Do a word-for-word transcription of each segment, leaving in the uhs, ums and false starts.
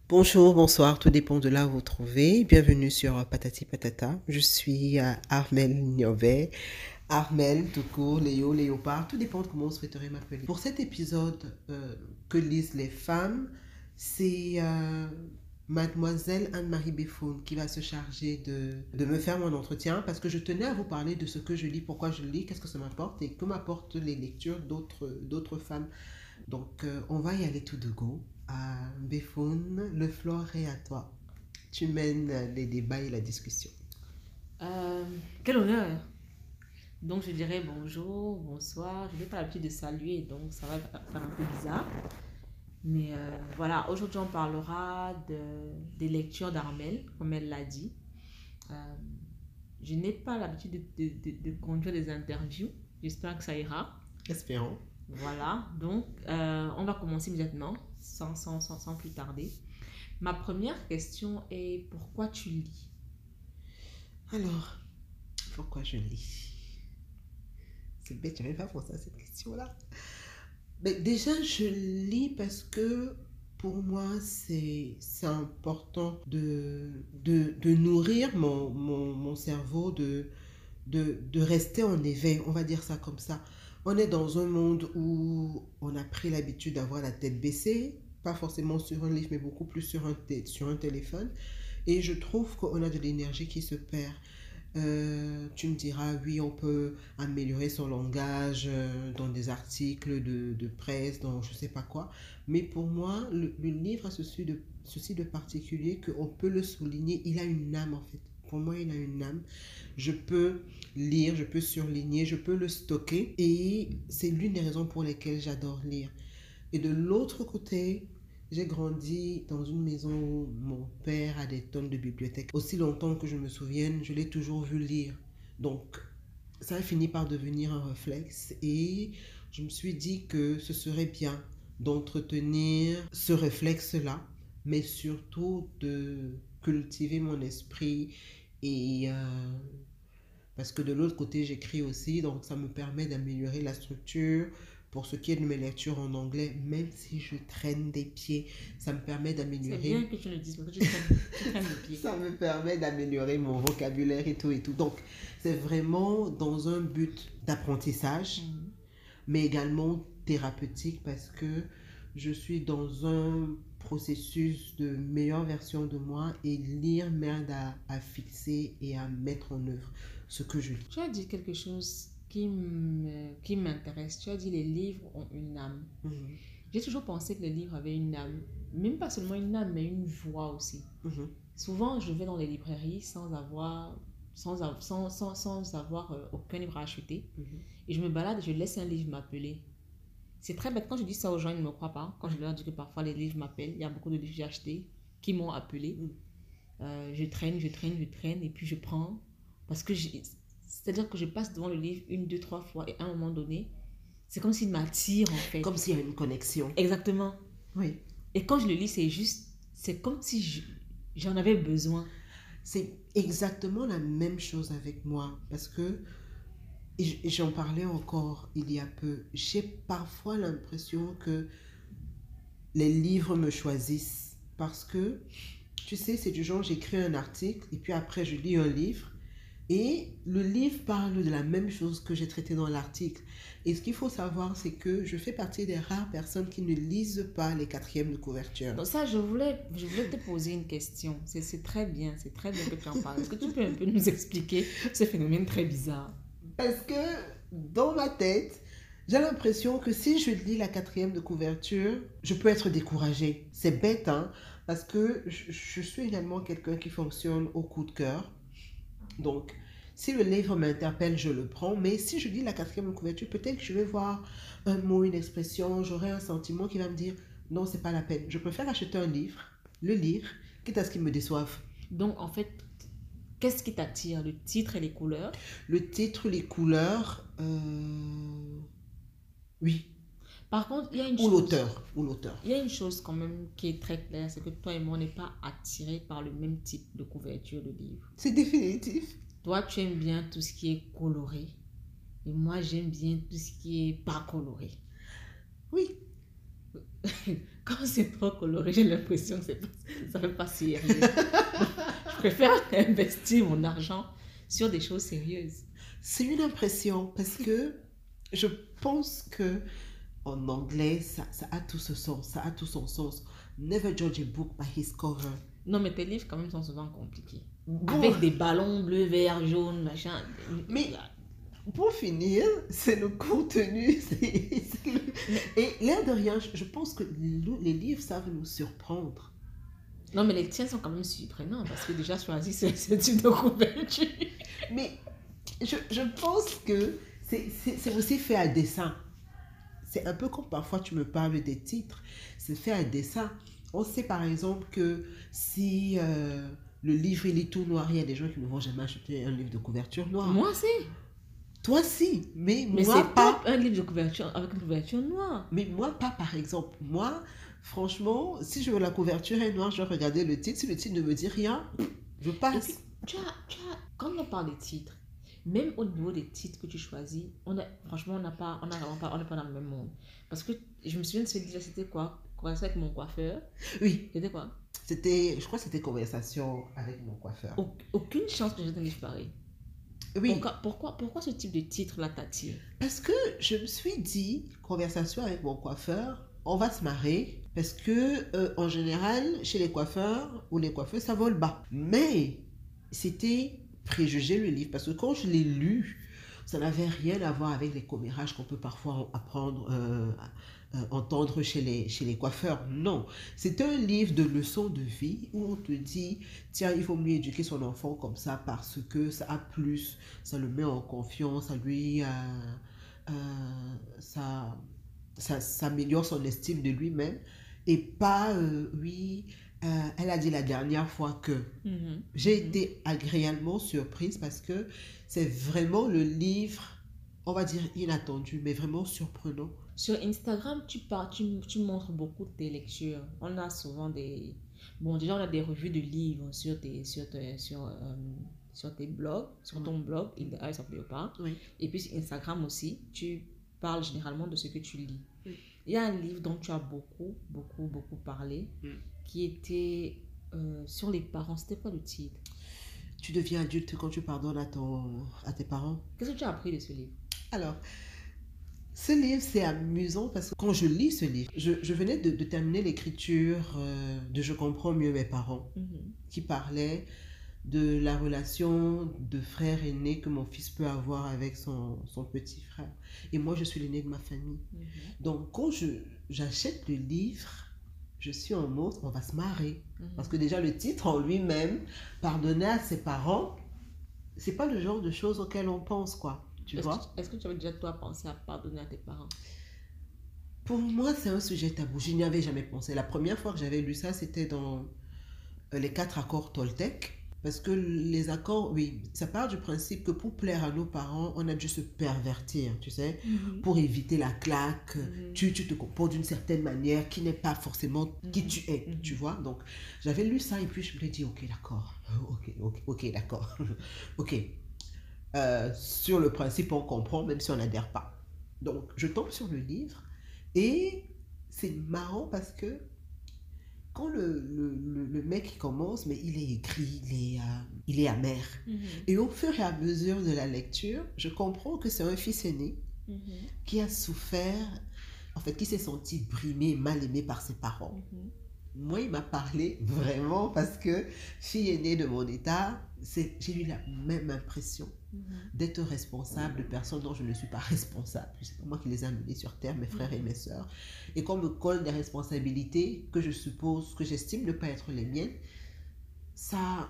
Bonjour, bonsoir, tout dépend de là où vous vous trouvez. Bienvenue sur Patati Patata. Je suis euh, Armel Niovet. Armel, tout court, Léo, Léopard, tout dépend de comment vous souhaiterez m'appeler. Pour cet épisode euh, que lisent les femmes, c'est euh, Mademoiselle Anne-Marie Béfoun qui va se charger de, de me faire mon entretien parce que je tenais à vous parler de ce que je lis, pourquoi je lis, qu'est-ce que ça m'apporte et que m'apportent les lectures d'autres, d'autres femmes. Donc, euh, on va y aller tout de go. À Béfoun, le floor est à toi. Tu mènes les débats et la discussion. Euh, Quel honneur! Donc je dirais bonjour, bonsoir. Je n'ai pas l'habitude de saluer, donc ça va faire un peu bizarre. Mais euh, voilà, aujourd'hui on parlera de, des lectures d'Armel, comme elle l'a dit. Euh, je n'ai pas l'habitude de, de, de, de conduire des interviews. J'espère que ça ira. Espérons. Voilà, donc euh, on va commencer immédiatement, sans, sans, sans, sans plus tarder. Ma première question est pourquoi tu lis? Alors, pourquoi je lis? C'est bête, je n'avais pas pensé à cette question-là. Mais déjà, je lis parce que pour moi, c'est important de, de, de nourrir mon, mon, mon cerveau, de, de, de rester en éveil, on va dire ça comme ça. On est dans un monde où on a pris l'habitude d'avoir la tête baissée, pas forcément sur un livre, mais beaucoup plus sur un, sur un téléphone. Et je trouve qu'on a de l'énergie qui se perd. Euh, tu me diras, oui, on peut améliorer son langage euh, dans des articles de, de presse, dans je sais pas quoi. Mais pour moi, le, le livre a ceci de, ceci de particulier qu'on peut le souligner. Il a une âme, en fait. Pour moi, il a une âme. Je peux lire, je peux surligner, je peux le stocker. Et c'est l'une des raisons pour lesquelles j'adore lire. Et de l'autre côté, j'ai grandi dans une maison où mon père a des tonnes de bibliothèques. Aussi longtemps que je me souvienne, je l'ai toujours vu lire. Donc, ça a fini par devenir un réflexe et je me suis dit que ce serait bien d'entretenir ce réflexe-là, mais surtout de cultiver mon esprit et euh, parce que de l'autre côté, j'écris aussi, donc ça me permet d'améliorer la structure. Pour ce qui est de mes lectures en anglais, même si je traîne des pieds, ça me permet C'est bien d'améliorer. que tu le dises parce que tu traînes, tu traînes le pied. Ça me permet d'améliorer mon vocabulaire et tout et tout. Donc, c'est vraiment dans un but d'apprentissage, Mhm. mais également thérapeutique parce que je suis dans un processus de meilleure version de moi et lire m'aide à, à fixer et à mettre en œuvre ce que je lis. Tu as dit quelque chose qui me, qui m'intéresse. Tu as dit les livres ont une âme. Mhm, J'ai toujours pensé que les livres avaient une âme. Même pas seulement une âme, mais une voix aussi. mhm, Souvent, je vais dans les librairies sans avoir, sans, av- sans, sans, sans avoir euh, aucun livre à acheter. mhm. Et je me balade et je laisse un livre m'appeler. C'est très bête. Quand je dis ça aux gens, ils ne me croient pas. Quand je leur dis que parfois les livres m'appellent, il y a beaucoup de livres que j'ai achetés qui m'ont appelé. Mm. Euh, je traîne, je traîne, je traîne, et puis je prends. Parce que j'ai- c'est-à-dire que je passe devant le livre une, deux, trois fois, et à un moment donné, c'est comme s'il m'attire en fait. Comme s'il y a une connexion. Exactement. Oui. Et quand je le lis, c'est juste, c'est comme si je- j'en avais besoin. C'est exactement la même chose avec moi parce que et j'en parlais encore il y a peu. J'ai parfois l'impression que les livres me choisissent parce que, tu sais, c'est du genre, j'écris un article et puis après je lis un livre et le livre parle de la même chose que j'ai traité dans l'article. Et ce qu'il faut savoir, c'est que je fais partie des rares personnes qui ne lisent pas les quatrièmes de couverture. Donc ça, je voulais, je voulais te poser une question. C'est c'est très bien, c'est très bien que tu en parles. Est-ce que tu peux un peu nous expliquer ce phénomène très bizarre? Parce que dans ma tête, j'ai l'impression que si je lis la quatrième de couverture, je peux être découragée. C'est bête, hein, parce que je, je suis également quelqu'un qui fonctionne au coup de cœur. Donc, si le livre m'interpelle, je le prends. Mais si je lis la quatrième de couverture, peut-être que je vais voir un mot, une expression, j'aurai un sentiment qui va me dire non, c'est pas la peine. Je préfère acheter un livre, le lire, quitte à ce qu'il me déçoive. Donc en fait, qu'est-ce qui t'attire? Le titre et les couleurs? Le titre, les couleurs, euh, oui, Par contre, il y a une ou chose, l'auteur, ou l'auteur. il y a une chose quand même qui est très claire, c'est que toi et moi, on n'est pas attirés par le même type de couverture de livre. C'est définitif. Toi, tu aimes bien tout ce qui est coloré, et moi, j'aime bien tout ce qui est pas coloré. Oui, quand c'est trop coloré, j'ai l'impression que c'est pas, ça fait pas sérieux. Je préfère investir mon argent sur des choses sérieuses. C'est une impression parce que je pense que en anglais, ça, ça a tout ce sens, ça a tout son sens. Never judge a book by his cover. Non, mais tes livres, quand même, sont souvent compliqués. Bon, Avec des ballons bleus, verts, jaunes, machin. Mais- pour finir, c'est le contenu. c'est- c'est le- Et l'air de rien, je- je pense que le- les livres savent nous surprendre. Non, mais les tiens sont quand même surprenants parce que déjà choisi ce, ce type de couverture. Mais je, je pense que c'est c'est- c'est aussi fait à dessein. C'est un peu comme parfois tu me parles des titres, c'est fait à dessein. On sait par exemple que si euh, le livre il est tout noir, il y a des gens qui ne vont jamais acheter un livre de couverture noire. Moi aussi. Toi si, mais, Mais moi c'est pas. top, un livre de couverture avec une couverture noire. Mais moi pas par exemple. Moi, franchement, si je veux la couverture est noire, je vais regarder le titre. Si le titre ne me dit rien, je Et passe. puis, tu as, tu as, quand on parle des titres, même au niveau des titres que tu choisis, on a, franchement, on n'a pas, on a vraiment pas, on n'est pas dans le même monde. Parce que je me souviens de ce livre, c'était quoi? Conversation avec mon coiffeur. Oui, C'était quoi? c'était, je crois que c'était conversation avec mon coiffeur. Au- Aucune chance que j'ai un livre pareil. Oui. Pourquoi, pourquoi, pourquoi ce type de titre-là t'attire? Parce que je me suis dit, conversation avec mon coiffeur, on va se marrer. Parce que, euh, en général, chez les coiffeurs ou les coiffeurs, ça vole bas. Mais c'était préjugé le livre. Parce que quand je l'ai lu, ça n'avait rien à voir avec les commérages qu'on peut parfois apprendre, euh, euh, entendre chez les, chez les coiffeurs. Non. C'est un livre de leçons de vie où on te dit, tiens, il faut mieux éduquer son enfant comme ça parce que ça a plus, ça le met en confiance, ça lui, euh, euh, ça, ça, ça améliore son estime de lui-même. Et pas, euh, oui, euh, elle a dit la dernière fois que. Mhm. J'ai Mhm. été agréablement surprise parce que c'est vraiment le livre, on va dire inattendu, mais vraiment surprenant. Sur Instagram, tu, pars, tu, tu montres beaucoup de tes lectures. On a souvent des... Bon, déjà, on a des revues de livres sur tes, sur tes, sur, euh, sur tes blogs, sur ton blog, In the Eyes of Leopard. Oui. Et puis sur Instagram aussi, tu parles généralement de ce que tu lis. Oui. Il y a un livre dont tu as beaucoup, beaucoup, beaucoup parlé, Mm. qui était euh, sur les parents. C'était quoi le titre? Tu deviens adulte quand tu pardonnes à, ton, à tes parents. Qu'est-ce que tu as appris de ce livre? Alors, ce livre, c'est amusant parce que quand je lis ce livre, je, je venais de, de terminer l'écriture euh, de Je comprends mieux mes parents, Mhm. qui parlait de la relation de frère aîné que mon fils peut avoir avec son, son petit frère. Et moi, je suis l'aîné de ma famille. Mhm. Donc, quand je, j'achète le livre, je suis en mode, on va se marrer. Mhm. Parce que déjà, le titre en lui-même, pardonner à ses parents, c'est pas le genre de choses auxquelles on pense, quoi. Tu Est-ce vois? que, est-ce que tu avais déjà, toi, pensé à pardonner à tes parents? Pour moi, c'est un sujet tabou. Je n'y avais jamais pensé. La première fois que j'avais lu ça, c'était dans euh, les quatre accords Toltec. Parce que les accords, oui, ça part du principe que pour plaire à nos parents, on a dû se pervertir, tu sais, Mhm. pour éviter la claque. Mhm. Tu, tu te comportes d'une certaine manière qui n'est pas forcément qui Mhm. tu es, Mhm. tu vois. Donc, j'avais lu ça et puis je me suis dit, ok, d'accord. Ok, ok, ok, d'accord. Ok. Euh, sur le principe, on comprend, même si on n'adhère pas. Donc, je tombe sur le livre et c'est marrant parce que quand le, le, le, le mec commence, mais il est écrit, il est, euh, il est amer. Mhm. Et au fur et à mesure de la lecture, je comprends que c'est un fils aîné Mhm. qui a souffert, en fait, qui s'est senti brimé, mal aimé par ses parents. Mhm. Moi, il m'a parlé vraiment parce que, fille aînée de mon état, c'est, j'ai eu la même impression Mhm. d'être responsable de personnes dont je ne suis pas responsable. C'est pas moi qui les ai amenés sur terre, mes frères et mes sœurs. Et qu'on me colle des responsabilités que je suppose, que j'estime ne pas être les miennes, ça,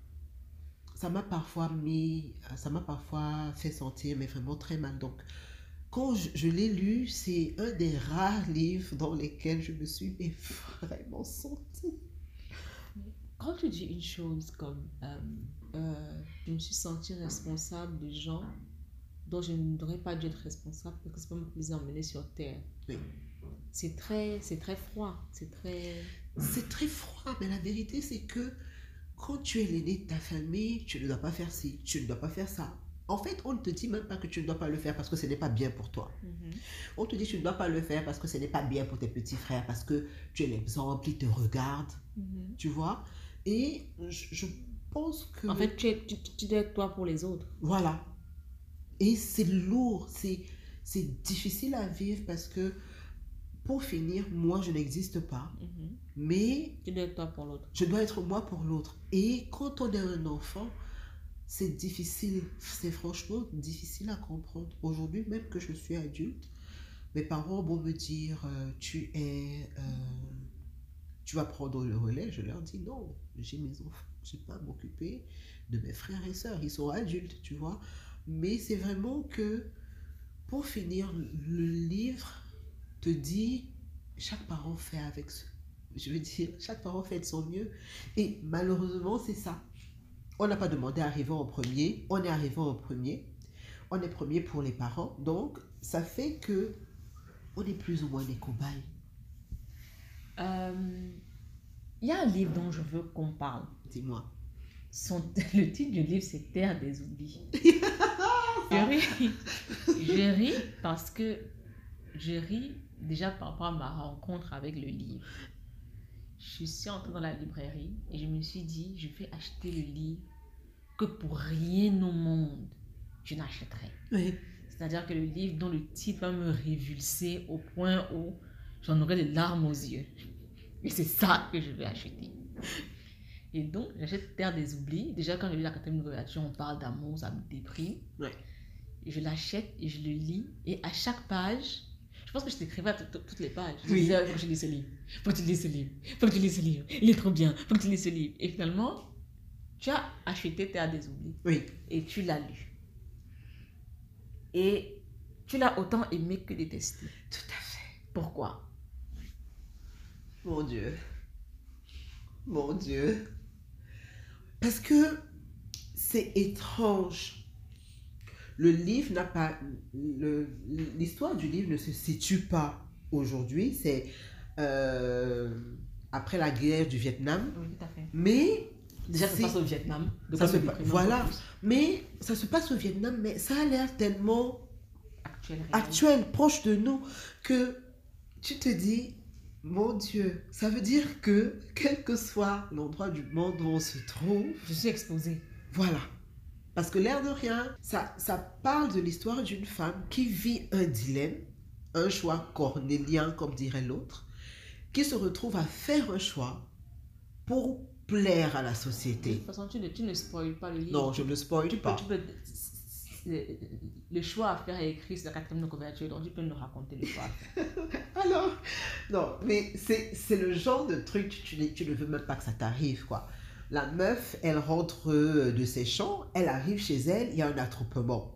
ça m'a parfois mis, ça m'a parfois fait sentir, mais vraiment très mal. Donc, quand je, je l'ai lu, c'est un des rares livres dans lesquels je me suis mais vraiment sentie. Quand tu dis une chose comme euh, euh, je me suis sentie responsable de gens dont je n'aurais pas dû être responsable parce que c'est pas moi qui les ai emmenés sur terre. Oui. C'est très, c'est très froid, c'est très... C'est très froid, mais la vérité, c'est que quand tu es l'aîné de ta famille, tu ne dois pas faire ci, tu ne dois pas faire ça. En fait, on ne te dit même pas que tu ne dois pas le faire parce que ce n'est pas bien pour toi. Mhm. On te dit tu ne dois pas le faire parce que ce n'est pas bien pour tes petits frères, parce que tu es l'exemple, ils te regardent, Mhm. tu vois. Et je, je pense que... En fait, tu, es, tu, tu dois être toi pour les autres. Voilà. Et c'est lourd, c'est, c'est difficile à vivre parce que, pour finir, moi, je n'existe pas. Mhm. Mais Tu dois être toi pour l'autre. je dois être moi pour l'autre. Et quand on est un enfant, c'est difficile, c'est franchement difficile à comprendre. Aujourd'hui, même que je suis adulte, mes parents vont me dire, euh, tu es, euh, tu vas prendre le relais. Je leur dis non, j'ai mes enfants, je n'ai pas à m'occuper de mes frères et sœurs, ils sont adultes, tu vois. Mais c'est vraiment que, pour finir, le livre te dit, chaque parent fait avec ce, je veux dire, chaque parent fait de son mieux. Et malheureusement, c'est ça. On n'a pas demandé à arriver en premier, on est arrivé en premier, on est premier pour les parents, donc ça fait que on est plus ou moins des cobayes. Euh, Il y a un livre dont je veux qu'on parle. Dis-moi. Son, le titre du livre, c'est Terre des oublis. je, ris, je ris parce que je ris déjà par rapport à ma rencontre avec le livre. Je suis entrée dans la librairie et je me suis dit, je vais acheter le livre que pour rien au monde, je n'achèterai. Oui. C'est-à-dire que le livre dont le titre va me révulser au point où j'en aurai des larmes aux yeux. Et c'est ça que je vais acheter. Et donc, j'achète Terre des oublis. Déjà, quand je lis la quatrième couverture, on parle d'amour, ça me déprime. Ouais. Je l'achète et je le lis. Et à chaque page, je pense que je t'écrivais à toutes les pages. Je Oui. disais, faut que je lise ce livre. Faut que tu lises ce livre. Faut que tu lises ce livre. Il est trop bien. Faut que tu lises ce livre. Et finalement, tu as acheté Terre des oublis. Oui. Et tu l'as lu. Et tu l'as autant aimé que détesté. Tout à fait. Pourquoi? Mon Dieu. Mon Dieu. Parce que c'est étrange. Le livre n'a pas... le- L'histoire du livre ne se situe pas aujourd'hui. C'est euh, après la guerre du Vietnam. Oui, tout à fait. Mais... Déjà, ça se c'est- passe au Vietnam. De ça quoi se me pa- déprimer voilà. encore plus. Mais ça se passe au Vietnam, mais ça a l'air tellement Actuel, réel. actuel, proche de nous, que tu te dis, mon Dieu, ça veut dire que, quel que soit l'endroit du monde où on se trouve, Je suis exposée. voilà. Parce que l'air de rien, ça, ça parle de l'histoire d'une femme qui vit un dilemme, un choix cornélien, comme dirait l'autre, qui se retrouve à faire un choix pour plaire à la De société. toute façon, tu ne, tu ne spoiles pas le livre. Non, je ne spoil tu peux, pas. tu peux, le, le choix à faire est écrit sur la quatrième de couverture, donc tu peux nous raconter le choix à faire. Alors, non, mais c'est c'est le genre de truc, tu, tu, tu ne veux même pas que ça t'arrive, quoi. La meuf, elle rentre euh, de ses champs, elle arrive chez elle, il y a un attroupement.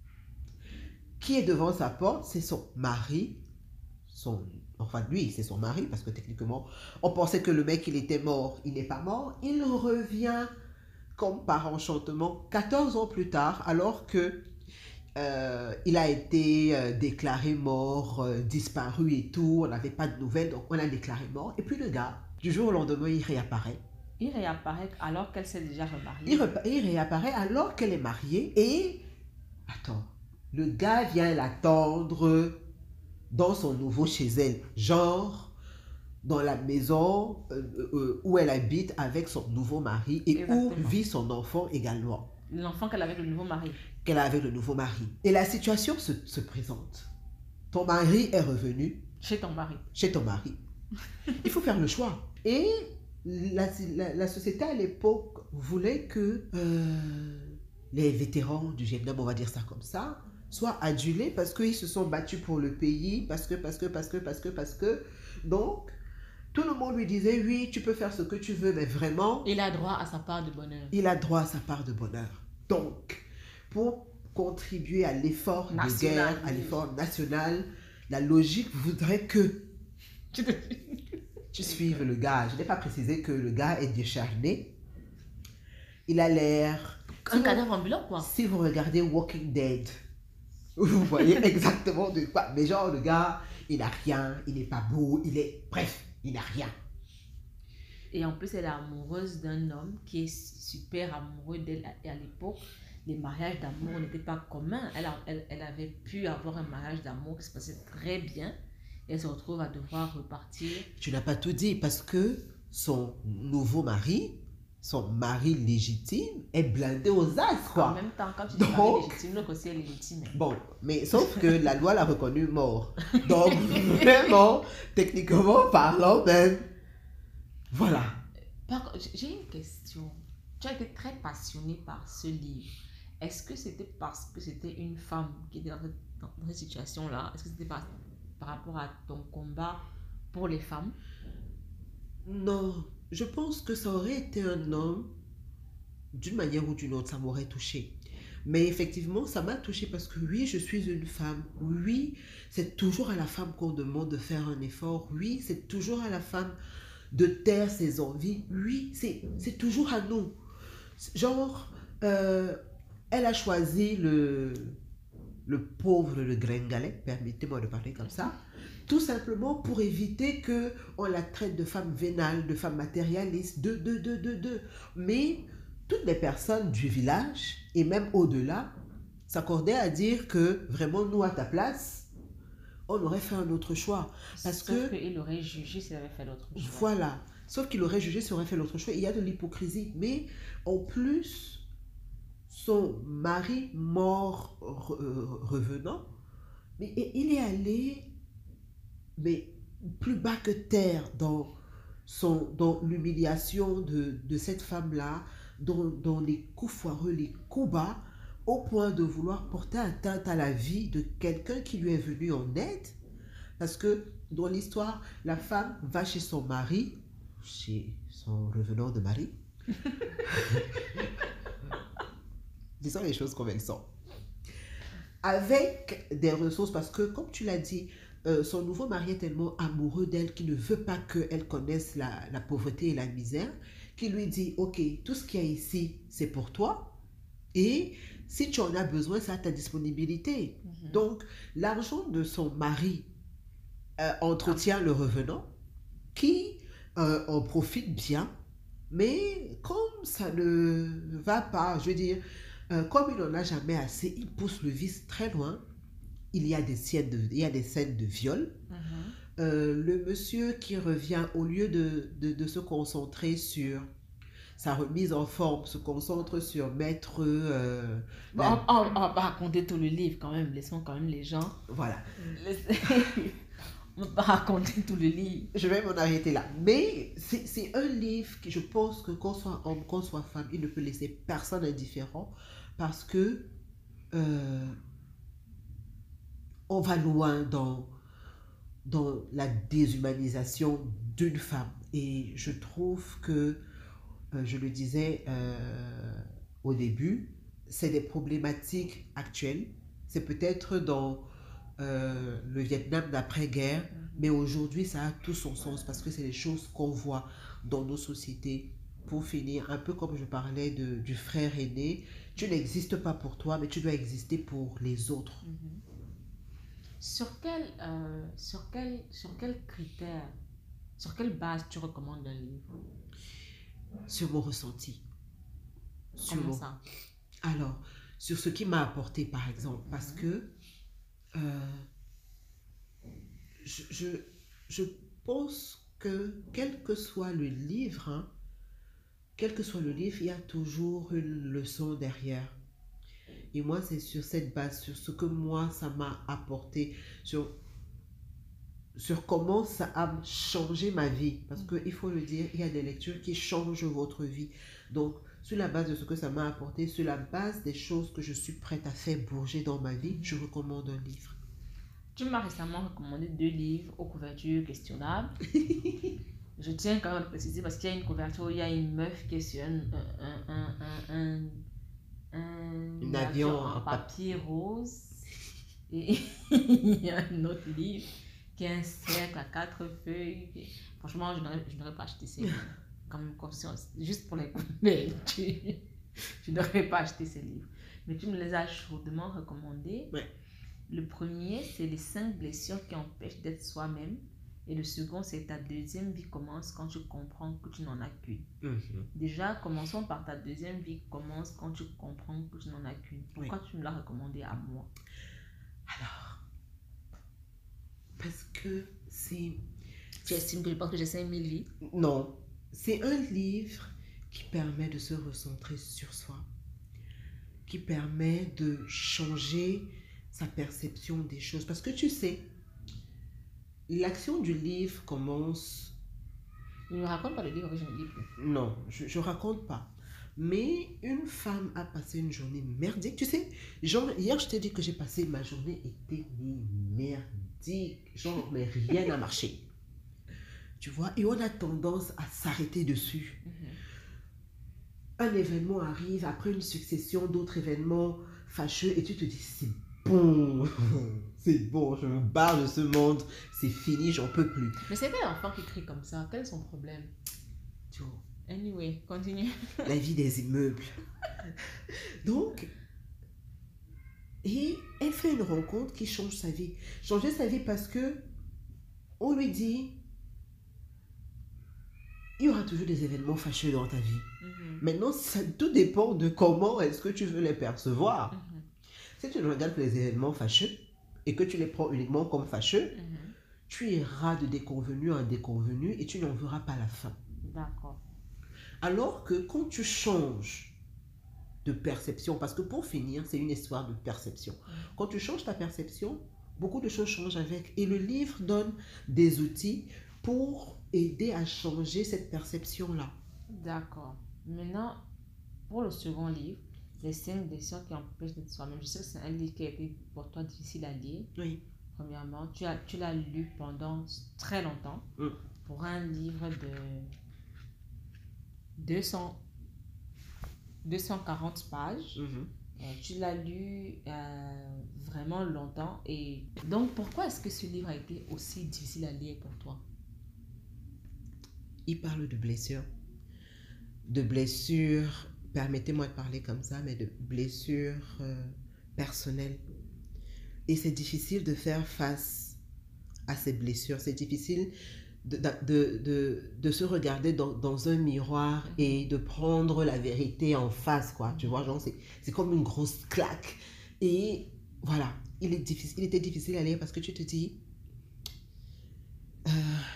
Qui est devant sa porte? C'est son mari, son, enfin lui, c'est son mari, parce que techniquement, on pensait que le mec, il était mort, il n'est pas mort. Il revient comme par enchantement quatorze ans plus tard, alors que euh, il a été euh, déclaré mort, euh, disparu et tout, on n'avait pas de nouvelles, donc on l'a déclaré mort. Et puis le gars, du jour au lendemain, il réapparaît. Il réapparaît alors qu'elle s'est déjà remariée. Il, repa- il réapparaît alors qu'elle est mariée et... Attends, le gars vient l'attendre dans son nouveau chez elle, genre dans la maison euh, euh, où elle habite avec son nouveau mari et Exactement. où vit son enfant également, L'enfant qu'elle avait avec le nouveau mari. qu'elle a avec le nouveau mari. Et la situation se, se présente. Ton mari est revenu Chez ton mari. chez ton mari. Il faut faire le choix. Et la, la, la société à l'époque voulait que euh, les vétérans du Vietnam, on va dire ça comme ça, soient adulés parce qu'ils se sont battus pour le pays, parce que, parce que, parce que, parce que, parce que. Donc, tout le monde lui disait, oui, tu peux faire ce que tu veux, mais vraiment, Il a droit à sa part de bonheur. il a droit à sa part de bonheur. Donc, pour contribuer à l'effort de National, guerre, à oui. l'effort national, la logique voudrait que Tu te- tu suives le gars. Je n'ai pas précisé que le gars est décharné. Il a l'air... Un cadavre ambulant, quoi. Si vous regardez Walking Dead, vous voyez exactement de quoi. Mais genre, le gars, il n'a rien, il n'est pas beau, il est... Bref, il n'a rien. Et en plus, elle est amoureuse d'un homme qui est super amoureux d'elle à, à l'époque. les mariages d'amour n'étaient pas communs. Elle, a, elle, elle avait pu avoir un mariage d'amour qui se passait très bien. Et elle se retrouve à devoir repartir. Tu n'as pas tout dit parce que son nouveau mari, son mari légitime, est blindé aux as, quoi. En même temps, quand tu dis mari légitime, l'autre aussi est légitime. Bon, mais sauf que la loi l'a reconnu mort. Donc, vraiment, techniquement parlant, même, voilà. Par, j'ai une question. Tu as été très passionnée par ce livre. Est-ce que c'était parce que c'était une femme qui était dans cette, dans cette situation-là? Est-ce que c'était par, par rapport à ton combat pour les femmes? Non, je pense que ça aurait été un homme, d'une manière ou d'une autre, ça m'aurait touché. Mais effectivement, ça m'a touché parce que oui, je suis une femme. Oui, c'est toujours à la femme qu'on demande de faire un effort. Oui, c'est toujours à la femme de taire ses envies. Oui, c'est, c'est toujours à nous. Genre, euh, elle a choisi le, le pauvre, le gringalet, permettez-moi de parler comme ça, tout simplement pour éviter qu'on la traite de femme vénale, de femme matérialiste, de, de, de, de, de. Mais toutes les personnes du village, et même au-delà, s'accordaient à dire que vraiment, nous, à ta place, on aurait fait un autre choix. Parce Sauf que, qu'il aurait jugé s'il avait fait l'autre choix. Voilà. Sauf qu'il aurait jugé s'il aurait fait l'autre choix. Il y a de l'hypocrisie. Mais en plus, son mari mort re- revenant, mais il est allé mais plus bas que terre dans, son, dans l'humiliation de, de cette femme-là, dans, dans les coups foireux, les coups bas, au point de vouloir porter atteinte à la vie de quelqu'un qui lui est venu en aide. Parce que dans l'histoire, la femme va chez son mari, chez son revenant de mari. Disons les choses comme elles sont. Avec des ressources, parce que comme tu l'as dit, euh, son nouveau mari est tellement amoureux d'elle qu'il ne veut pas qu'elle connaisse la, la pauvreté et la misère, qu'il lui dit, ok, tout ce qu'il y a ici, c'est pour toi, et si tu en as besoin, c'est à ta disponibilité. Mm-hmm. Donc, l'argent de son mari euh, entretient le revenant, qui euh, en profite bien, mais comme ça ne va pas, je veux dire, euh, comme il n'en a jamais assez, il pousse le vice très loin. Il y a des scènes de, il y a des scènes de viol. Mm-hmm. Euh, le monsieur qui revient, au lieu de, de, de se concentrer sur sa remise en forme, se concentre sur mettre... Euh, bon, la... on ne va pas raconter tout le livre quand même, laissons quand même les gens... Voilà. On ne va pas raconter tout le livre. Je vais m'en arrêter là. Mais c'est, c'est un livre qui, je pense que qu'on soit homme, qu'on soit femme, il ne peut laisser personne indifférent parce que euh, on va loin dans, dans la déshumanisation d'une femme. Et je trouve que, euh, je le disais euh, au début, c'est des problématiques actuelles. C'est peut-être dans euh, le Vietnam d'après-guerre, mais aujourd'hui, ça a tout son sens parce que c'est des choses qu'on voit dans nos sociétés. Pour finir, un peu comme je parlais de, du frère aîné, tu n'existes pas pour toi, mais tu dois exister pour les autres. Mm-hmm. Sur quel, euh, sur quel, sur quel critère, sur quelle base tu recommandes un livre? Sur mon ressenti. Sur Comment mon... ça? Alors, sur ce qui m'a apporté, par exemple, mm-hmm. parce que euh, je, je, je pense que quel que soit le livre, hein, quel que soit le livre, il y a toujours une leçon derrière. Et moi, c'est sur cette base, sur ce que moi, ça m'a apporté, sur, sur comment ça a changé ma vie. Parce qu'il faut le dire, il y a des lectures qui changent votre vie. Donc, sur la base de ce que ça m'a apporté, sur la base des choses que je suis prête à faire bouger dans ma vie, je recommande un livre. Tu m'as récemment recommandé deux livres aux couvertures questionnables. Je tiens quand même à préciser parce qu'il y a une couverture où il y a une meuf qui est sur un, un, un, un, un, un avion en papier rose. Et il y a un autre livre qui est un cercle à quatre feuilles. Franchement, je n'aurais, je n'aurais pas acheté ces livres. Comme conscience, juste pour les couvertures. Je n'aurais pas acheté ces livres. Mais tu me les as chaudement recommandés. Ouais. Le premier, c'est les cinq blessures qui empêchent d'être soi-même. Et le second, c'est ta deuxième vie commence quand tu comprends que tu n'en as qu'une. Mhm. Déjà, commençons par ta deuxième vie commence quand tu comprends que tu n'en as qu'une. Pourquoi oui. tu me l'as recommandé à moi? Alors, parce que c'est... Tu estimes que je pense que j'ai cinq mille vies? Non, c'est un livre qui permet de se recentrer sur soi, qui permet de changer sa perception des choses. Parce que tu sais, l'action du livre commence... Je ne raconte pas le livre, je ne lis plus. Non, je ne raconte pas. Mais une femme a passé une journée merdique. Tu sais, genre, hier, je t'ai dit que j'ai passé ma journée était merdique. Genre, mais rien n'a marché. Tu vois, et on a tendance à s'arrêter dessus. Mm-hmm. Un événement arrive après une succession d'autres événements fâcheux et tu te dis, c'est bon, c'est bon, je me barre de ce monde, c'est fini, j'en peux plus. Mais c'est quel enfant qui crie comme ça? Quel est son problème? Tu vois. Anyway, continue. La vie des immeubles. Donc, et elle fait une rencontre qui change sa vie. Changer sa vie parce que on lui dit, il y aura toujours des événements fâcheux dans ta vie. Mm-hmm. Maintenant, ça, tout dépend de comment est-ce que tu veux les percevoir. Mm-hmm. Si tu ne regardes que les événements fâcheux et que tu les prends uniquement comme fâcheux, mm-hmm. tu iras de déconvenu en déconvenu et tu n'en verras pas la fin. D'accord. Alors que quand tu changes de perception, parce que pour finir, c'est une histoire de perception. Mm-hmm. Quand tu changes ta perception, beaucoup de choses changent avec. Et le livre donne des outils pour aider à changer cette perception-là. D'accord. Maintenant, pour le second livre, les cinq blessures qui empêchent d'être soi-même. Je sais que c'est un livre qui a été pour toi difficile à lire. Oui. Premièrement, tu, as, tu l'as lu pendant très longtemps. Mm. Pour un livre de deux cents, deux cent quarante pages. Mm-hmm. Euh, tu l'as lu euh, vraiment longtemps. Et donc, pourquoi est-ce que ce livre a été aussi difficile à lire pour toi? Il parle de blessures. De blessures, permettez-moi de parler comme ça, mais de blessures euh, personnelles. Et c'est difficile de faire face à ces blessures. C'est difficile de, de, de, de se regarder dans, dans un miroir mm-hmm. et de prendre la vérité en face, quoi. Tu vois, genre, c'est, c'est comme une grosse claque. Et voilà, il, est difficile, il était difficile à lire parce que tu te dis... Euh,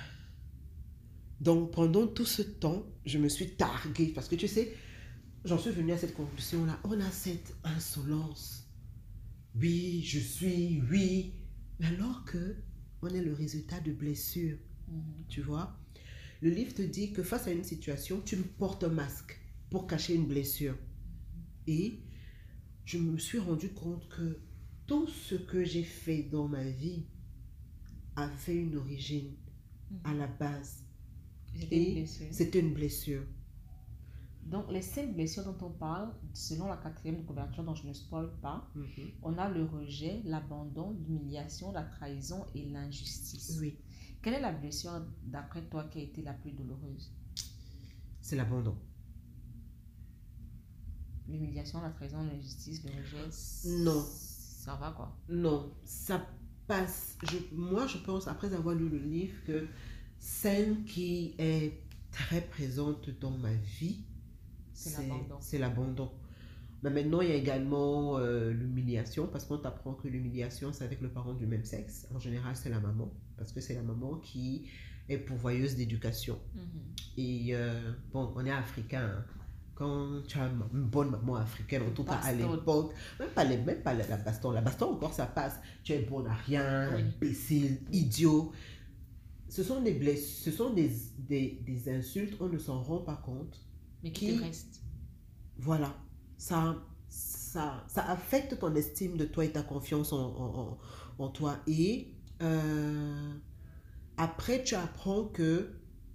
Donc, pendant tout ce temps, je me suis targuée. Parce que tu sais, j'en suis venue à cette conclusion-là. On a cette insolence. Oui, je suis, oui. Alors que on est le résultat de blessures. Mm-hmm. Tu vois? Le livre te dit que face à une situation, tu portes un masque pour cacher une blessure. Et je me suis rendu compte que tout ce que j'ai fait dans ma vie avait une origine mm-hmm. à la base. C'était une blessure. C'était une blessure. Donc, les cinq blessures dont on parle, selon la quatrième de couverture dont je ne spoil pas, mm-hmm. on a le rejet, l'abandon, l'humiliation, la trahison et l'injustice. Oui. Quelle est la blessure, d'après toi, qui a été la plus douloureuse? C'est l'abandon. L'humiliation, la trahison, l'injustice, le rejet? Non. Ça va quoi? Non, ça passe. Je, moi, je pense, après avoir lu le livre, que celle qui est très présente dans ma vie, c'est, c'est, l'abandon. c'est l'abandon. Mais maintenant, il y a également euh, l'humiliation, parce qu'on t'apprend que l'humiliation, c'est avec le parent du même sexe. En général, c'est la maman, parce que c'est la maman qui est pourvoyeuse d'éducation. Mm-hmm. Et euh, bon, on est africain. Hein. Quand tu as une bonne maman africaine, en tout cas à l'époque, même pas, les, même pas la, la baston, la baston encore ça passe. Tu es bonne à rien, oui. Imbécile, idiot. Ce sont des blessures, ce sont des, des, des insultes, on ne s'en rend pas compte. Mais qui, qui te restent. Voilà, ça, ça, ça affecte ton estime de toi et ta confiance en, en, en, en toi. Et euh, après, tu apprends que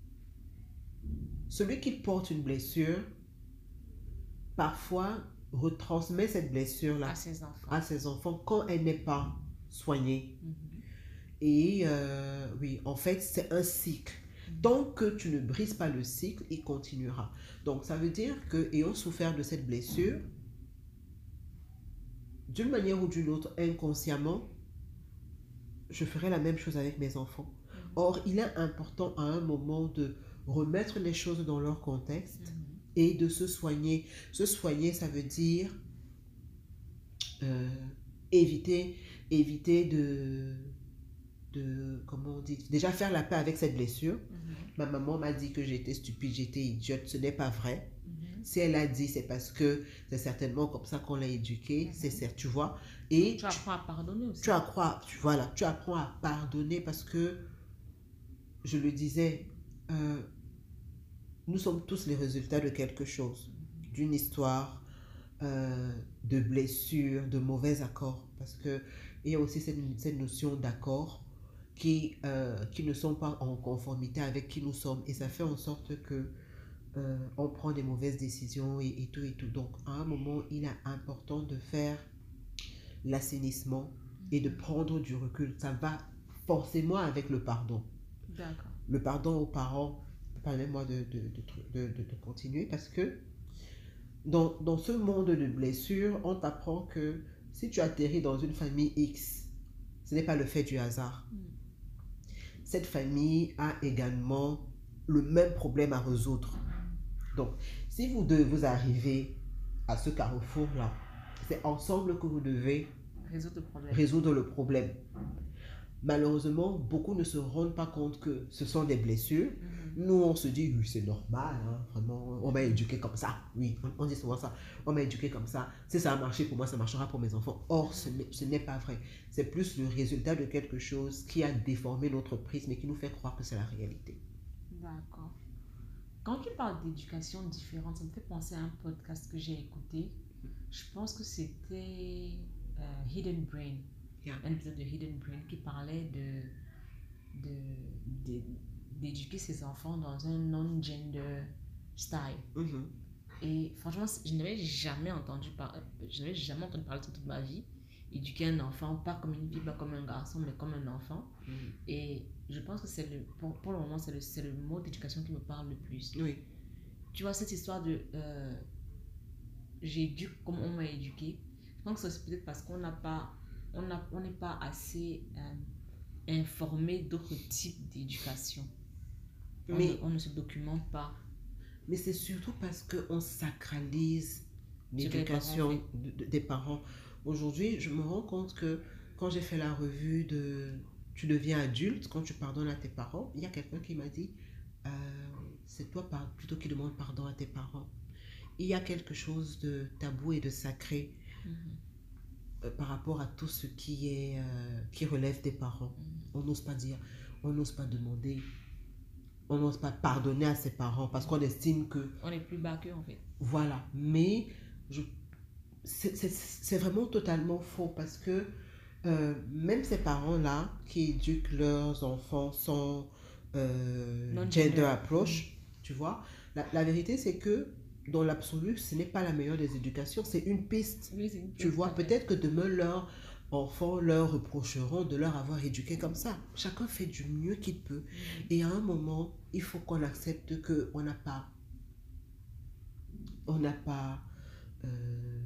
celui qui porte une blessure, parfois, retransmet cette blessure-là à ses enfants, à ses enfants quand elle n'est pas soignée. Mm-hmm. Et euh, oui, en fait, c'est un cycle. Tant que tu ne brises pas le cycle, il continuera. Donc, ça veut dire que, ayant souffert de cette blessure, d'une manière ou d'une autre, inconsciemment, je ferai la même chose avec mes enfants. Or, il est important à un moment de remettre les choses dans leur contexte Mhm. et de se soigner. Se soigner, ça veut dire euh, éviter, éviter de, de, comment on dit, déjà faire la paix avec cette blessure. Mhm. Ma maman m'a dit que j'étais stupide, j'étais idiote, ce n'est pas vrai. Mhm. Si elle a dit, c'est parce que c'est certainement comme ça qu'on l'a éduquée, Mhm. c'est certes, tu vois. Et Tu apprends à pardonner aussi. tu apprends, tu, voilà, tu apprends à pardonner parce que, je le disais, euh, nous sommes tous les résultats de quelque chose, d'une histoire, euh, de blessures, de mauvais accords. Parce qu'il y a aussi cette, cette notion d'accord qui, euh, qui ne sont pas en conformité avec qui nous sommes. Et ça fait en sorte que euh, on prend des mauvaises décisions et, et tout et tout. Donc, à un moment, il est important de faire l'assainissement et de prendre du recul. Ça va forcément avec le pardon. D'accord. Le pardon aux parents, permets-moi de, de, de, de, de continuer parce que dans, dans ce monde de blessures, on t'apprend que si tu atterris dans une famille X, ce n'est pas le fait du hasard. Mm. Cette famille a également le même problème à résoudre. Donc, si vous deux vous arrivez à ce carrefour-là, c'est ensemble que vous devez Résoudre le problème. résoudre le problème. Malheureusement, beaucoup ne se rendent pas compte que ce sont des blessures. Mm-hmm. Nous, on se dit, oui, c'est normal, hein, vraiment, on m'a éduqué comme ça. Oui, on, on dit souvent ça, on m'a éduqué comme ça. Si ça a marché pour moi, ça marchera pour mes enfants. Or, mm-hmm. ce n'est pas vrai. C'est plus le résultat de quelque chose qui a déformé notre prisme et qui nous fait croire que c'est la réalité. D'accord. Quand tu parles d'éducation différente, ça me fait penser à un podcast que j'ai écouté. Je pense que c'était euh, Hidden Brain. Yeah. Un épisode de Hidden Brain qui parlait de, de, de, d'éduquer ses enfants dans un non-gender style. Mm-hmm. Et franchement, je n'avais jamais entendu parler, je n'avais jamais entendu parler de ça toute ma vie. Éduquer un enfant, pas comme une fille, pas comme un garçon, mais comme un enfant. Mm-hmm. Et je pense que c'est le, pour, pour le moment, c'est le, c'est le mot d'éducation qui me parle le plus. Oui. Tu vois, cette histoire de euh, j'éduque comme on m'a éduqué, je pense que c'est peut-être parce qu'on n'a pas, on n'a, on n'est pas assez euh, informé d'autres types d'éducation. Mais on, on ne se documente pas. Mais c'est surtout parce qu'on sacralise l'éducation parents, oui. de, de, des parents. Aujourd'hui, je me rends compte que quand j'ai fait la revue de tu deviens adulte, quand tu pardonnes à tes parents, il y a quelqu'un qui m'a dit euh, c'est toi plutôt qui demande pardon à tes parents. Il y a quelque chose de tabou et de sacré mm-hmm. euh, par rapport à tout ce qui est euh, qui relève des parents. Mm-hmm. On n'ose pas dire, on n'ose pas demander, on n'ose pas pardonner à ses parents parce qu'on estime que on est plus bas qu'eux en fait. Voilà, mais je c'est, c'est, c'est vraiment totalement faux parce que euh, même ces parents-là qui éduquent leurs enfants sans euh, gender, gender approach, mmh. tu vois, la, la vérité c'est que dans l'absolu, ce n'est pas la meilleure des éducations, c'est une piste. Oui, c'est une piste. Tu vois, peut-être que demain leurs enfants leur reprocheront de leur avoir éduqué comme ça. Chacun fait du mieux qu'il peut. Mmh. Et à un moment, il faut qu'on accepte qu'on n'a pas, on n'a pas euh,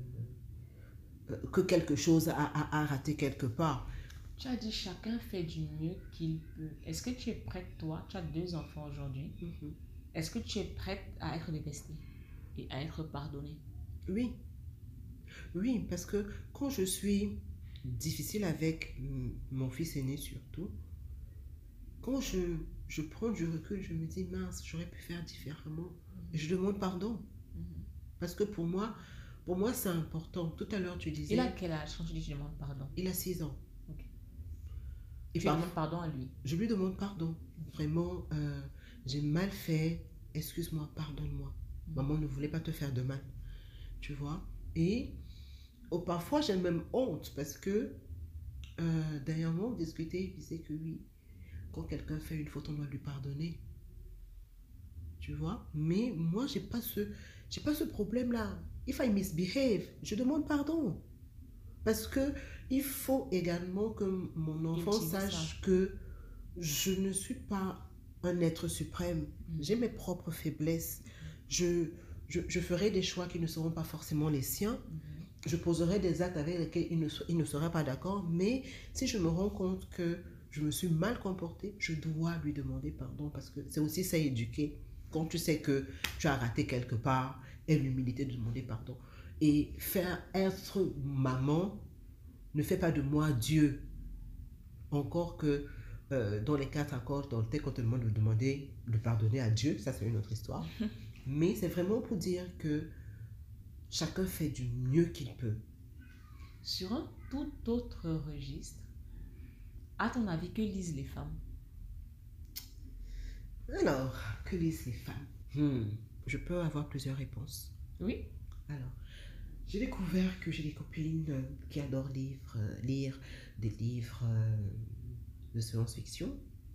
que quelque chose a, a, a raté quelque part. Tu as dit chacun fait du mieux qu'il peut. Est-ce que tu es prête, toi, tu as deux enfants aujourd'hui, mm-hmm. est-ce que tu es prête à être détestée et à être pardonnée? Oui. Oui, parce que quand je suis difficile avec mon fils aîné surtout, quand je, je prends du recul, je me dis mince, j'aurais pu faire différemment. Mm-hmm. Je demande pardon. Mm-hmm. Parce que pour moi, Pour moi, c'est important. Tout à l'heure, tu disais... Il a quel âge quand tu dis que je demande pardon? Il a six ans. Okay. Et tu par... demandes pardon à lui? Je lui demande pardon. Vraiment, euh, j'ai mal fait. Excuse-moi, pardonne-moi. Mm-hmm. Maman ne voulait pas te faire de mal. Tu vois? Et oh, parfois, j'ai même honte parce que euh, dernièrement, on discutait, il disait que oui, quand quelqu'un fait une faute, on doit lui pardonner. Tu vois? Mais moi, j'ai pas ce, j'ai pas ce problème-là. If I misbehave, je demande pardon. Parce que il faut également que mon enfant sache ça. Que je ne suis pas un être suprême. Mm. J'ai mes propres faiblesses. Je, je, je ferai des choix qui ne seront pas forcément les siens. Mm. Je poserai des actes avec lesquels il ne, il ne sera pas d'accord. Mais si je me rends compte que je me suis mal comportée, je dois lui demander pardon parce que c'est aussi ça éduquer. Quand tu sais que tu as raté quelque part, et l'humilité de demander pardon. Et faire être maman ne fait pas de moi Dieu. Encore que euh, dans les quatre accords, dans le texte, quand on te demande de demander, de pardonner à Dieu, ça c'est une autre histoire. Mais c'est vraiment pour dire que chacun fait du mieux qu'il peut. Sur un tout autre registre, à ton avis, que lisent les femmes? Alors, que lisent les femmes? hmm, Je peux avoir plusieurs réponses. Oui. Alors, j'ai découvert que j'ai des copines euh, qui adorent livre, euh, lire des livres euh, de science-fiction.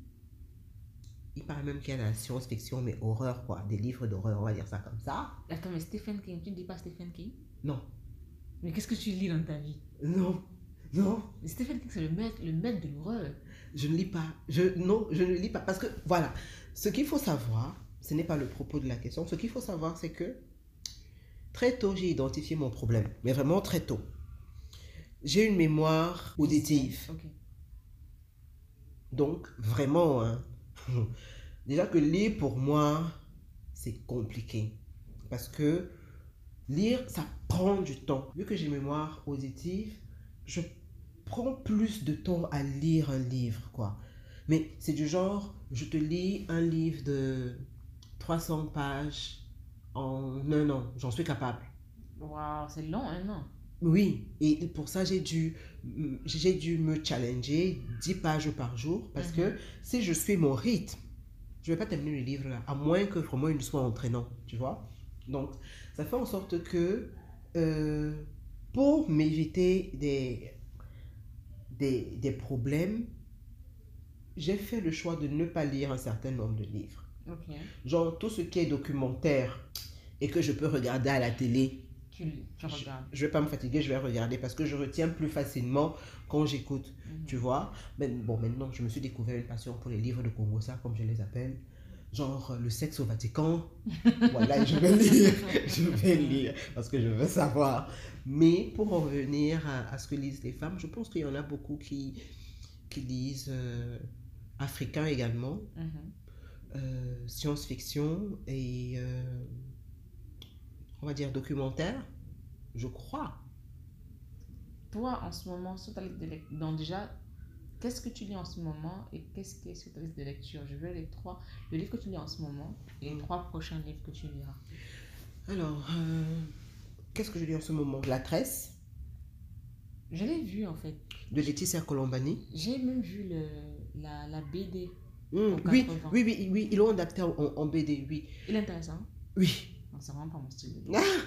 Il paraît même qu'il y a de la science-fiction, mais horreur, quoi. Des livres d'horreur, on va dire ça comme ça. Attends, mais Stephen King, tu ne dis pas Stephen King? Non. Mais qu'est-ce que tu lis dans ta vie? Non. Non. Mais Stephen King, c'est le maître, le maître de l'horreur. Je ne lis pas. Je, non, je ne lis pas. Parce que, voilà, ce qu'il faut savoir, ce n'est pas le propos de la question. Ce qu'il faut savoir, c'est que très tôt, j'ai identifié mon problème. Mais vraiment très tôt. J'ai une mémoire auditive. Ok. Donc, vraiment, hein, déjà que lire pour moi, c'est compliqué. Parce que lire, ça prend du temps. Vu que j'ai une mémoire auditive, je prends plus de temps à lire un livre, quoi. Mais c'est du genre, je te lis un livre de trois cents pages en un an. J'en suis capable. Waouh, c'est long, un an. Oui, et pour ça, j'ai dû, j'ai dû me challenger dix pages par jour parce Mhm. que si je suis mon rythme, je ne vais pas terminer le livre là, à moins que vraiment il soit entraînant, tu vois. Donc, ça fait en sorte que euh, pour m'éviter des, des, des problèmes, j'ai fait le choix de ne pas lire un certain nombre de livres. Ok. Genre, tout ce qui est documentaire et que je peux regarder à la télé, Tu lis, tu je regardes. ne vais pas me fatiguer, je vais regarder parce que je retiens plus facilement quand j'écoute, Mhm. tu vois. Mais bon, maintenant, je me suis découvert une passion pour les livres de Congo, ça, comme je les appelle. Genre euh, le sexe au Vatican. Voilà, je vais lire, je vais lire parce que je veux savoir. Mais pour en revenir à, à ce que lisent les femmes, je pense qu'il y en a beaucoup qui, qui lisent euh, africain également, Mhm. euh, science-fiction et euh, on va dire documentaire, je crois. Toi, en ce moment, sur ta liste de lecture, donc déjà, qu'est-ce que tu lis en ce moment et qu'est-ce qui est sur ta liste de lecture? Je veux les trois, le livre que tu lis en ce moment et les Mm. trois prochains livres que tu liras. Alors, euh, qu'est-ce que je lis en ce moment? La Tresse Je l'ai vu en fait. de Laetitia Colombani. J'ai même vu le, la, la B D Mm, en oui, quatre-vingts. oui, oui, oui, ils l'ont adapté en, en B D, oui. Il est intéressant. Oui. Non, c'est vraiment pas mon style de livre. Ah,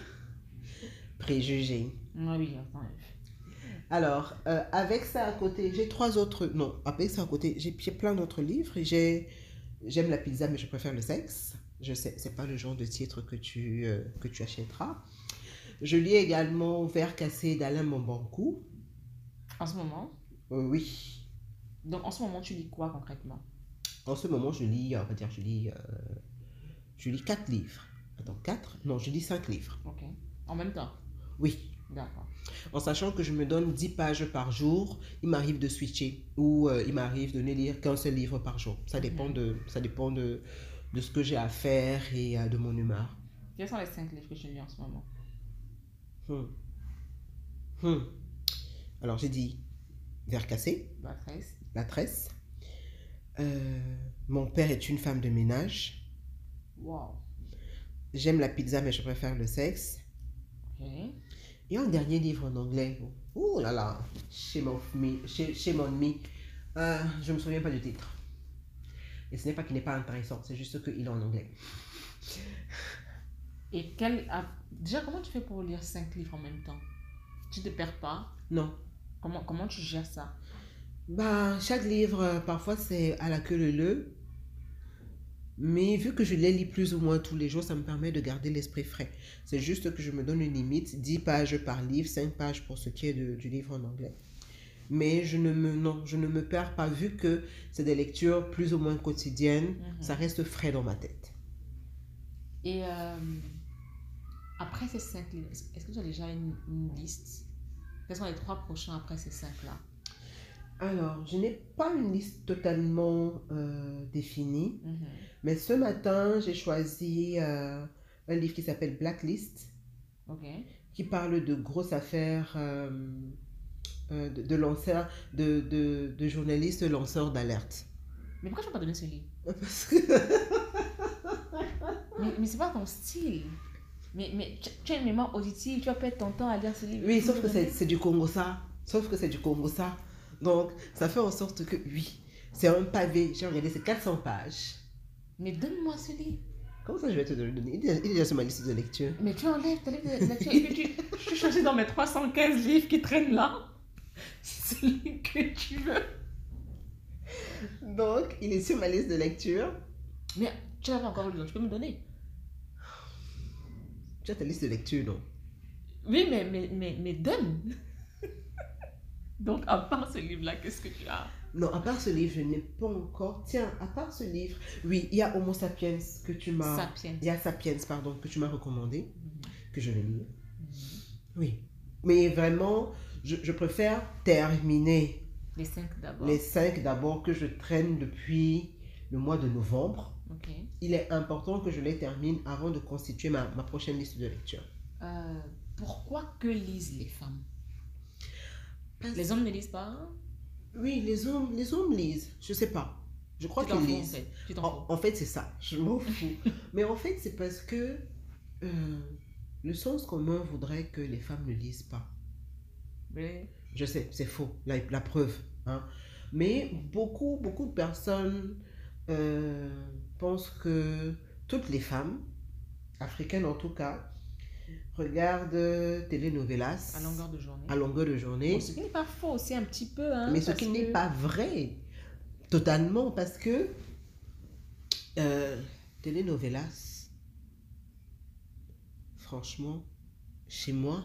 préjugé. Ah oui, attends. Alors, euh, avec ça à côté, j'ai trois autres. Non, avec ça à côté, j'ai j'ai plein d'autres livres. J'ai, j'aime la pizza, mais je préfère le sexe. Je sais, c'est pas le genre de titre que tu, euh, que tu achèteras. Je lis également Vers cassé d'Alain Mombankou. En ce moment, Euh, oui. donc en ce moment, tu lis quoi concrètement? En ce moment, je lis, on va dire, je lis, euh, je lis quatre livres. Attends, quatre? Non, je lis cinq livres. Ok. En même temps? Oui. D'accord. En sachant que je me donne dix pages par jour, il m'arrive de switcher ou euh, il m'arrive de ne lire qu'un seul livre par jour. Ça dépend, Mhm. de, ça dépend de, de ce que j'ai à faire et euh, de mon humeur. Quels sont les cinq livres que tu lis en ce moment? Hmm. Hmm. Alors j'ai dit Vers cassé, La tresse. La tresse. Euh, Mon père est une femme de ménage. Wow. J'aime la pizza mais je préfère le sexe. Ok. Et un dernier livre en anglais. Oh là là, Shame of me, Shame on me. Euh, je ne me souviens pas du titre. Et ce n'est pas qu'il n'est pas intéressant, c'est juste qu'il est en anglais. Et quel... ah, déjà, comment tu fais pour lire cinq livres en même temps? Tu te perds pas? Non. Comment, comment tu gères ça? Bah, chaque livre, euh, parfois c'est à la queue leu leu. Mais vu que je les lis plus ou moins tous les jours, ça me permet de garder l'esprit frais. C'est juste que je me donne une limite, dix pages par livre, cinq pages pour ce qui est de, du livre en anglais. Mais je ne me, non, je ne me perds pas vu que c'est des lectures plus ou moins quotidiennes, Mhm. ça reste frais dans ma tête. Et euh, après ces cinq livres, est-ce est-ce que tu as déjà une, une liste? Quels sont les trois prochains après ces cinq-là? Alors, je n'ai pas une liste totalement euh, définie, Mhm. mais ce matin, j'ai choisi euh, un livre qui s'appelle Blacklist, Ok. qui parle de grosses affaires euh, euh, de, de lanceurs, de, de, de journalistes lanceurs d'alerte. Mais pourquoi tu n'as pas donné ce livre? Parce que Mais, mais c'est pas ton style. Mais, mais tu, tu as une mémoire auditive, tu vas perdre ton temps à lire ce livre. oui, Tu peux sauf me que c'est donner? c'est du Congo ça. Sauf que c'est du Congo ça. Donc, ça fait en sorte que, oui, c'est un pavé. J'ai regardé, c'est quatre cents pages. Mais donne-moi ce livre. Comment ça, je vais te le donner? Il est déjà il est déjà sur ma liste de lecture. Mais tu enlèves ta livre de lecture et puis tu, tu choisis dans mes trois cent quinze livres qui traînent là. Celui que tu veux. Donc, il est sur ma liste de lecture. Mais tu l'as pas encore lu, donc tu peux me donner. Tu as ta liste de lecture, non? Oui, mais, mais, mais, mais donne. Donc, à part ce livre-là, qu'est-ce que tu as? Non, à part ce livre, je n'ai pas encore. Tiens, à part ce livre, oui, il y a Homo sapiens que tu m'as. Sapiens. Il y a Sapiens, pardon, que tu m'as recommandé, Mhm. que je vais lire. Mhm. Oui. Mais vraiment, je, je préfère terminer Les cinq d'abord. les cinq d'abord que je traîne depuis le mois de novembre. Ok. Il est important que je les termine avant de constituer ma, ma prochaine liste de lecture. Euh, pourquoi que lisent les femmes? Parce- Les hommes ne lisent pas? Oui, les hommes, les hommes lisent. Je sais pas. Je crois Tu t'en qu'ils fous en lisent. fait. Tu t'en En, fous. en fait, c'est ça. Je m'en fous. Mais en fait, c'est parce que euh, le sens commun voudrait que les femmes ne lisent pas. Oui. Je sais, c'est faux. La, la preuve. Hein. Mais beaucoup, beaucoup de personnes euh, pensent que toutes les femmes, africaines en tout cas, regardent telenovelas À longueur de journée. à longueur de journée. Bon, ce qui n'est pas faux aussi un petit peu. Hein, Mais ce parce qui que- n'est pas vrai, totalement, parce que euh, telenovelas, franchement, chez moi,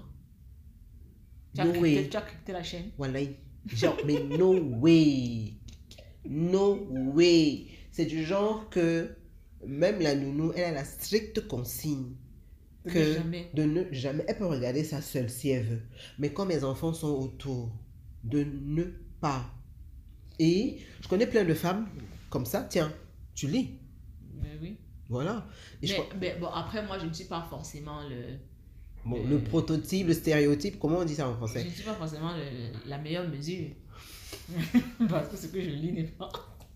Tu as, no crypté, way. tu as crypté la chaîne. Voilà, genre, mais no way. No way. C'est du genre que même la nounou, elle a la stricte consigne De que ne jamais. de ne jamais. Elle peut regarder ça seule si elle veut. Mais quand mes enfants sont autour, de ne pas. Et je connais plein de femmes comme ça. Tiens, tu lis. Mais oui. Voilà. Et je Mais, crois- mais bon, après, moi, je ne suis pas forcément le. bon, euh, le prototype, le stéréotype, comment on dit ça en Je français? ne suis pas forcément le- la meilleure mesure. Parce que ce que je lis n'est pas.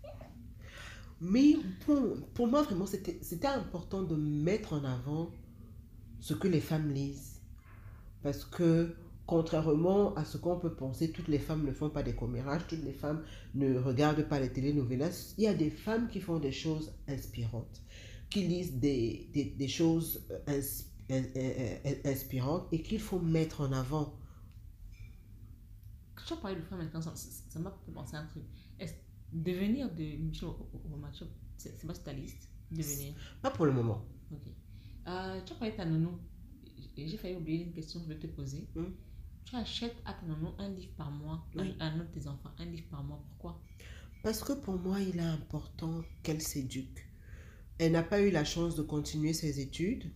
Mais bon, pour moi, vraiment, c'était c'était important de mettre en avant ce que les femmes lisent. Parce que, contrairement à ce qu'on peut penser, toutes les femmes ne font pas des commérages, toutes les femmes ne regardent pas les telenovelas. Il y a des femmes qui font des choses inspirantes, qui lisent des, des, des choses euh, ins- in- in- in- inspirantes et qu'il faut mettre en avant. Quand tu as parlé de femmes maintenant, ça ça m'a fait penser à un truc. Est-ce devenir de Michel Omacho, c'est c'est pas sur ta liste? Devenir. Pas pour le moment. Ok. Euh, tu as parlé de ta nounou. Et j'ai failli oublier une question que je vais te poser. Hmm. Tu achètes à ta nounou un livre par mois, Oui. à un autre de tes enfants, un livre par mois. Pourquoi? Parce que pour moi, il est important qu'elle s'éduque. Elle n'a pas eu la chance de continuer ses études.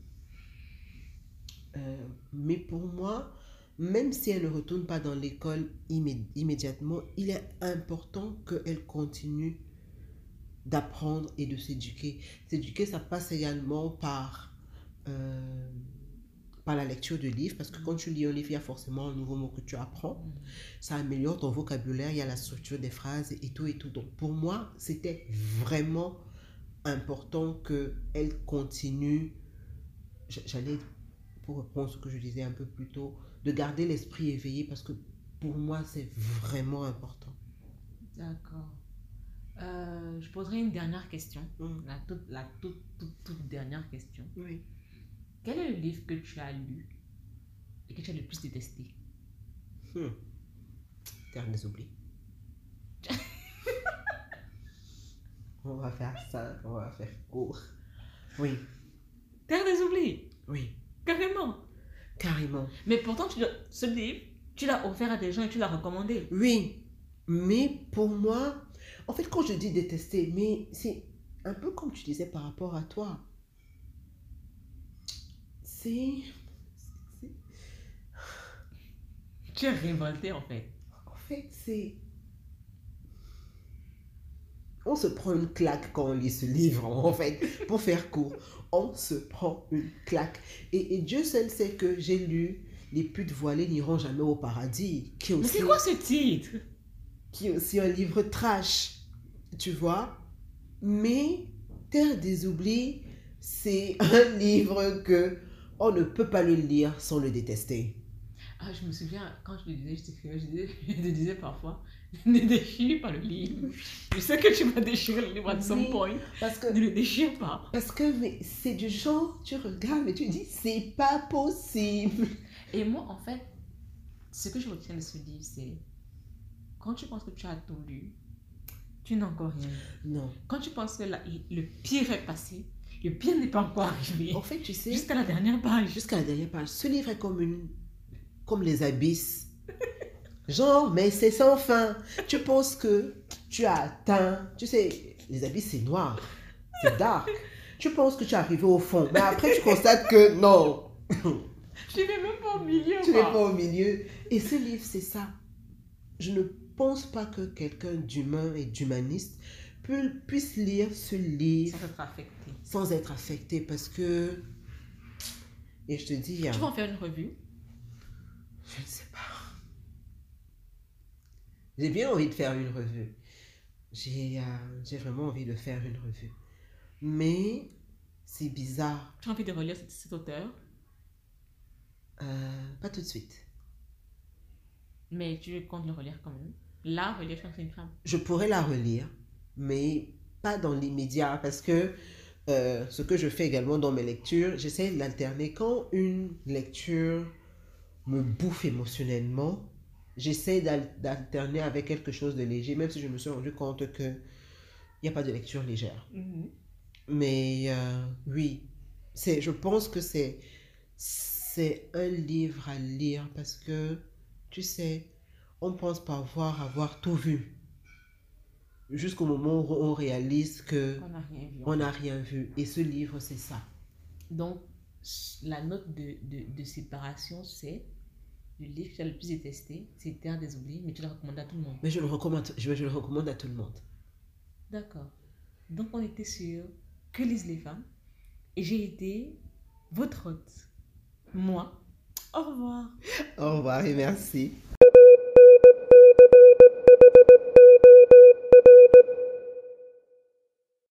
Euh, mais pour moi, même si elle ne retourne pas dans l'école immé- immédiatement, il est important qu'elle continue d'apprendre et de s'éduquer. S'éduquer, ça passe également par, euh, par la lecture de livres, parce que quand tu lis un livre, il y a forcément un nouveau mot que tu apprends. Hmm. Ça améliore ton vocabulaire, il y a la structure des phrases et tout et tout. Donc pour moi, c'était vraiment important qu'elle continue, j- j'allais, pour reprendre ce que je disais un peu plus tôt, de garder l'esprit éveillé, parce que pour moi, c'est vraiment important. D'accord. Euh, je poserai une dernière question. Mm. La, toute, la toute, toute, toute dernière question. Oui. Quel est le livre que tu as lu et que tu as le plus détesté? Hmm. Terre des oublis. On va faire ça, on va faire court. Oui, Terre des oublis, oui, carrément. carrément. Mais pourtant, tu l'as- ce livre, tu l'as offert à des gens et tu l'as recommandé. Oui, mais pour moi, en fait, quand je dis détester, mais c'est un peu comme tu disais par rapport à toi. C'est... c'est- Tu es révolté en fait. En fait, c'est... on se prend une claque quand on lit ce livre, en fait, pour faire court. On se prend une claque. Et, et Dieu seul sait que j'ai lu Les putes voilées n'iront jamais au paradis, qui est Mais aussi, c'est quoi ce titre? qui est aussi un livre trash, tu vois. Mais Terre des oublis, c'est un livre que on ne peut pas le lire sans le détester. Ah, je me souviens, quand je le disais, je te, je disais, je te disais parfois, ne déchire pas le livre. Je sais que tu vas déchirer le livre à some Oui, point. parce que Ne le déchire pas. Parce que mais c'est du genre, tu regardes et tu dis, c'est pas possible. Et moi, en fait, ce que je retiens de ce livre, c'est quand tu penses que tu as tout lu, tu n'as encore rien lu. Non. Quand tu penses que la- le pire est passé, le pire n'est pas encore arrivé. En fait, tu sais, Jusqu'à la dernière page. jusqu'à la dernière page, ce livre est comme une, comme les abysses. Genre, mais c'est sans fin. Tu penses que tu as atteint, tu sais, les abysses c'est noir, c'est dark. Tu penses que tu es arrivé au fond, mais après tu constates que non. Je n'ai même pas au milieu. Tu n'es quoi. pas au milieu. Et ce livre, c'est ça. Je ne pense pas que quelqu'un d'humain et d'humaniste pu- puisse lire ce livre Sans être affecté. sans être affecté parce que... Et je te dis, hein, Tu vas en faire une revue. je ne sais pas. J'ai bien envie de faire une revue. J'ai euh, j'ai vraiment envie de faire une revue. Mais c'est bizarre. Tu as envie de relire cet, cet auteur, Euh, pas tout de suite. mais tu comptes le relire quand même. Là, relire Je suis une femme. Je pourrais la relire, mais pas dans l'immédiat parce que euh, ce que je fais également dans mes lectures, j'essaie d'alterner quand une lecture me bouffe émotionnellement, j'essaie d'al- d'alterner avec quelque chose de léger, même si je me suis rendu compte que il n'y a pas de lecture légère. Mhm. Mais euh, oui, c'est, je pense que c'est, c'est un livre à lire parce que, tu sais, on pense parfois avoir tout vu jusqu'au moment où on réalise que On n'a rien vu. on n'a rien vu. Et ce livre, c'est ça. Donc, la note de, de, de séparation, c'est le livre que tu as le plus détesté, c'est Terre des oubliés, mais tu le recommandes à tout le monde. Mais je le recommande, je, je le recommande à tout le monde. D'accord. Donc, on était sur Que lisent les femmes et j'ai été votre hôte. Moi. Au revoir. Au revoir et merci.